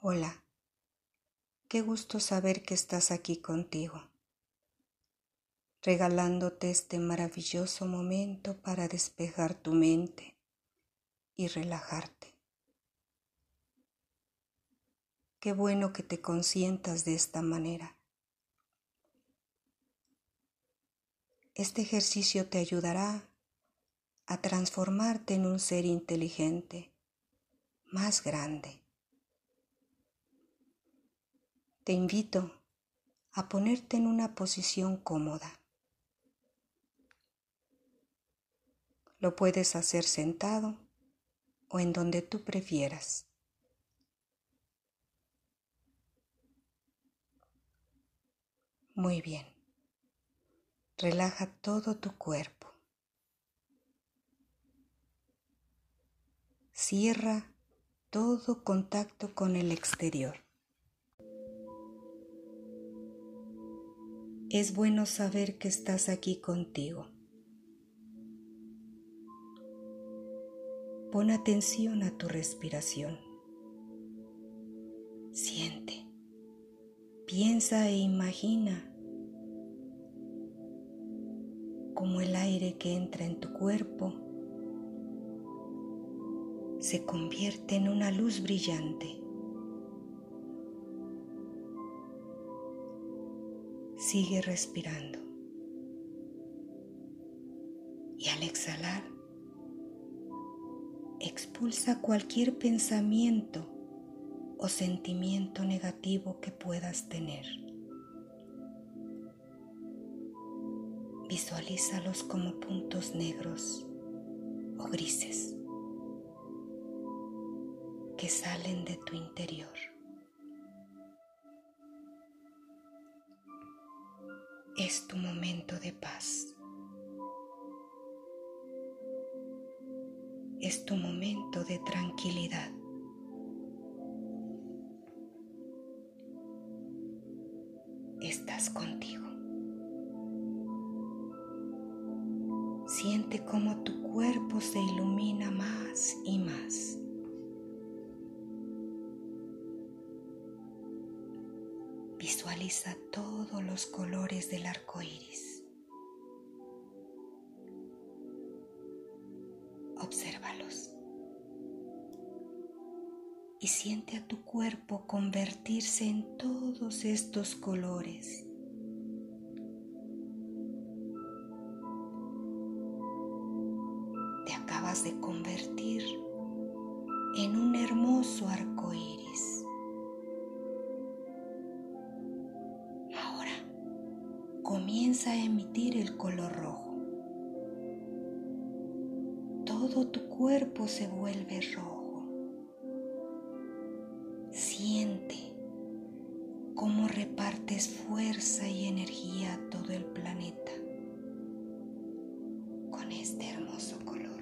Hola, qué gusto saber que estás aquí contigo, regalándote este maravilloso momento para despejar tu mente y relajarte. Qué bueno que te consientas de esta manera. Este ejercicio te ayudará a transformarte en un ser inteligente, más grande. Te invito a ponerte en una posición cómoda. Lo puedes hacer sentado o en donde tú prefieras. Muy bien. Relaja todo tu cuerpo. Cierra todo contacto con el exterior. Es bueno saber que estás aquí contigo. Pon atención a tu respiración. Siente, piensa e imagina cómo el aire que entra en tu cuerpo se convierte en una luz brillante. Sigue respirando. Y al exhalar, expulsa cualquier pensamiento o sentimiento negativo que puedas tener. Visualízalos como puntos negros o grises que salen de tu interior. Es tu momento de paz. Es tu momento de tranquilidad. Estás contigo. Siente cómo tu cuerpo se ilumina más y más. Visualiza todos los colores del arco iris. Obsérvalos. Y siente a tu cuerpo convertirse en todos estos colores. Te acabas de convertir en un hermoso arco iris. Ahora comienza a emitir el color rojo. Todo tu cuerpo se vuelve rojo. Siente cómo repartes fuerza y energía a todo el planeta con este hermoso color.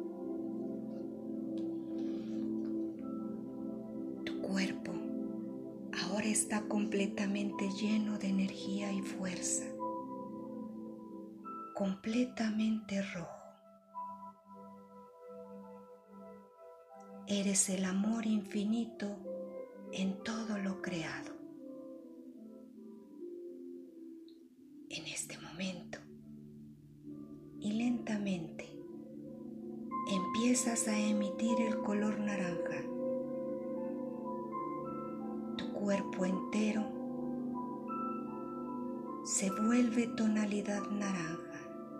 Tu cuerpo ahora está completamente lleno de energía y fuerza, completamente rojo. Eres el amor infinito en todo lo creado. En este momento, y lentamente, empiezas a emitir el color naranja. Tu cuerpo entero se vuelve tonalidad naranja.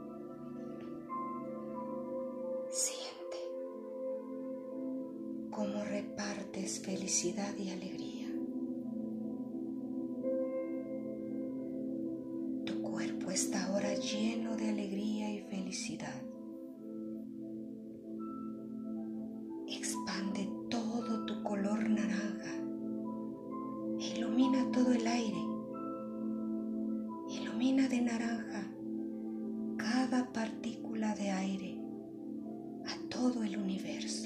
Siente cómo repartes felicidad y alegría. Tu cuerpo está ahora lleno de alegría y felicidad. Expande todo tu color naranja e ilumina todo el aire. Ilumina de naranja cada partícula de aire a todo el universo.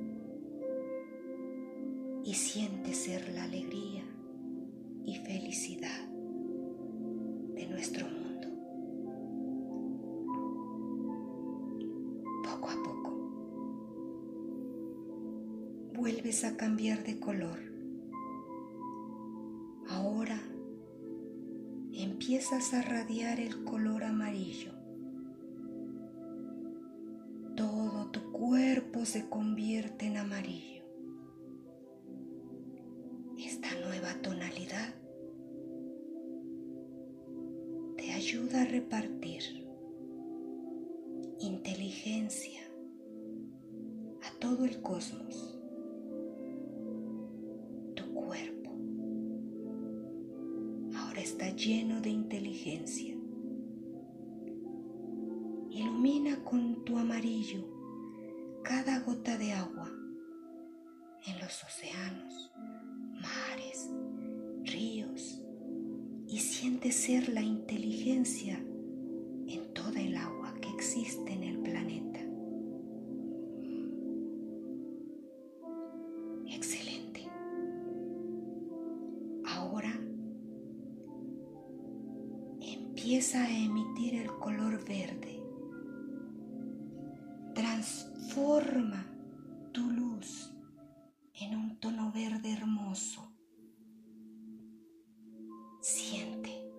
Y siente ser la alegría y felicidad de nuestro mundo. Poco a poco vuelves a cambiar de color empiezas a radiar el color amarillo. Todo tu cuerpo se convierte en amarillo. Esta nueva tonalidad te ayuda a repartir inteligencia a todo el cosmos. Tu cuerpo ahora está lleno de inteligencia. Ilumina con tu amarillo cada gota de agua en los océanos, mares, ríos, y siente ser la inteligencia en toda el agua que existe en el planeta. Excelente. Ahora empieza a emitir el color verde. Transforma tu luz en un tono verde hermoso. Siente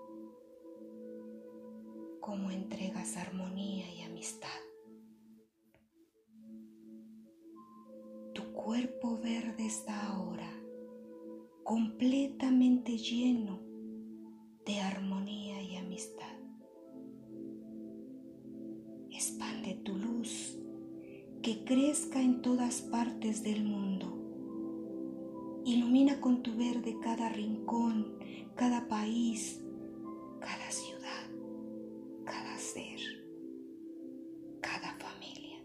cómo entregas armonía y amistad. Tu cuerpo verde está ahora completamente lleno de armonía y amistad. Expande tu luz, que crezca en todas partes del mundo. Ilumina con tu verde cada rincón, cada país, cada ciudad, cada ser, cada familia,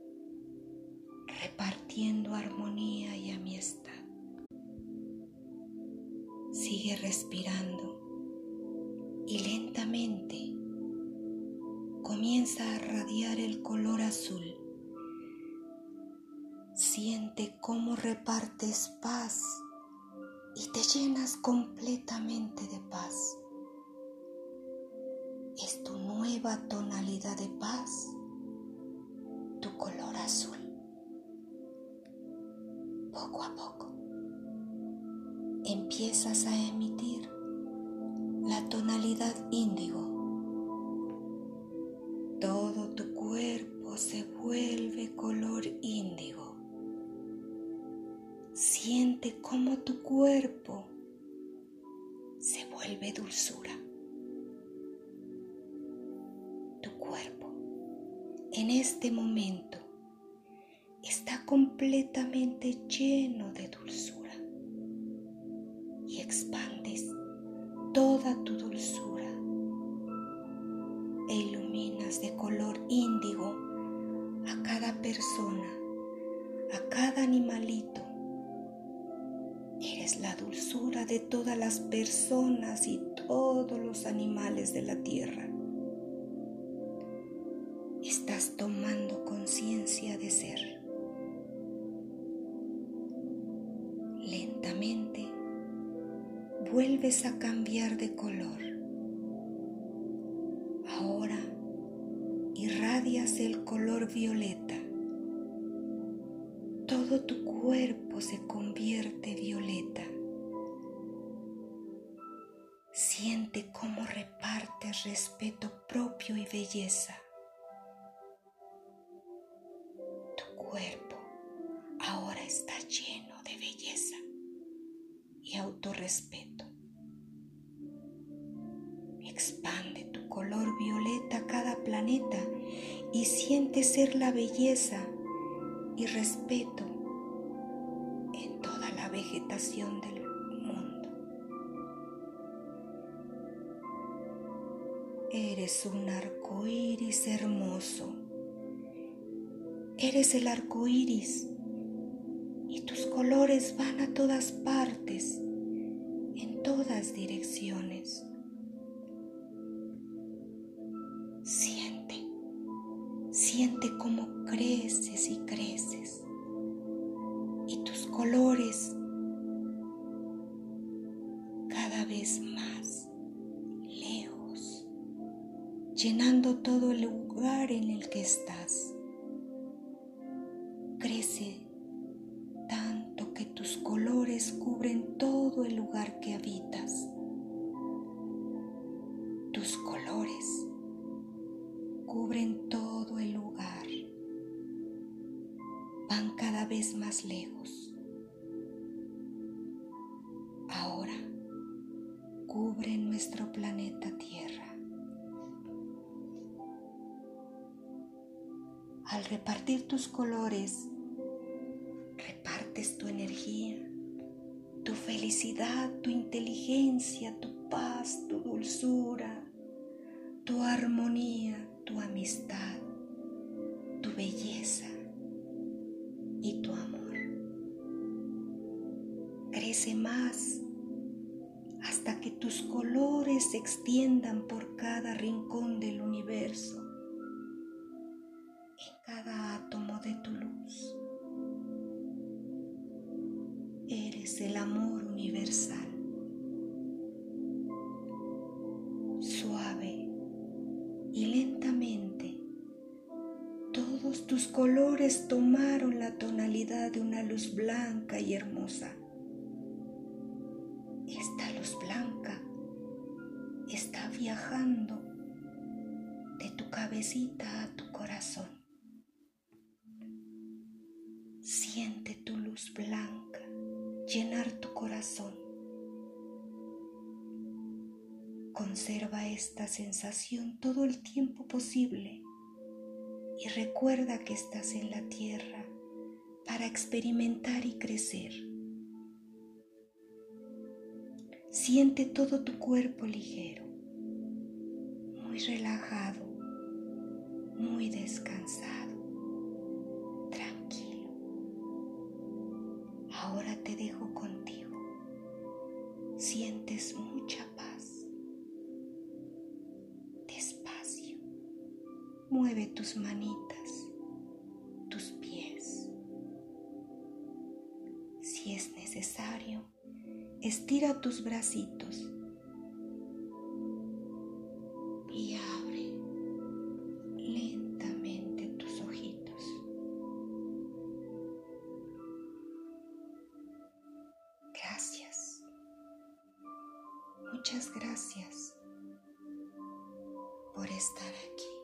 repartiendo armonía y amistad. Sigue respirando y lentamente comienza a radiar el color azul. Siente cómo repartes paz y te llenas completamente de paz. Es tu nueva tonalidad de paz, tu color azul. Poco a poco empiezas a emitir la tonalidad índigo. Todo tu cuerpo se vuelve color índigo. Siente cómo tu cuerpo se vuelve dulzura. Tu cuerpo en este momento está completamente lleno de dulzura y expandes toda tu dulzura e iluminas de color índigo a cada persona, a cada animalito. Eres la dulzura de todas las personas y todos los animales de la tierra. Estás tomando conciencia de ser. Lentamente vuelves a cambiar de color. Ahora irradias el color violeta. Todo tu cuerpo se convierte violeta. Siente cómo repartes respeto propio y belleza. Tu cuerpo ahora está lleno de belleza y autorrespeto. Expande tu color violeta a cada planeta y siente ser la belleza y respeto en toda la vegetación del mundo. Eres un arco iris hermoso. Eres el arco iris y tus colores van a todas partes, en todas direcciones. Siente cómo creces y creces y tus colores cada vez más lejos, llenando todo el lugar en el que estás. Crece tanto que tus colores cubren todo el lugar que habitas. cada vez más lejos. Ahora cubre nuestro planeta Tierra. Al repartir tus colores, repartes tu energía, tu felicidad, tu inteligencia, tu paz, tu dulzura, tu armonía, tu amistad, tu belleza y tu amor. Crece más hasta que tus colores se extiendan por cada rincón del universo, en cada átomo de tu luz. Eres el amor universal. Suave y lentamente, todos tus colores tomaron la tonalidad de una luz blanca y hermosa. Esta luz blanca está viajando de tu cabecita a tu corazón. Siente tu luz blanca llenar tu corazón. Conserva esta sensación todo el tiempo posible y recuerda que estás en la tierra para experimentar y crecer. Siente todo tu cuerpo ligero, muy relajado, muy descansado, tranquilo. Ahora te dejo contigo. Sientes mucha paz. Despacio, mueve tus manitas, tus pies. Si es necesario, estira tus bracitos y abre lentamente tus ojitos. Gracias, muchas gracias por estar aquí.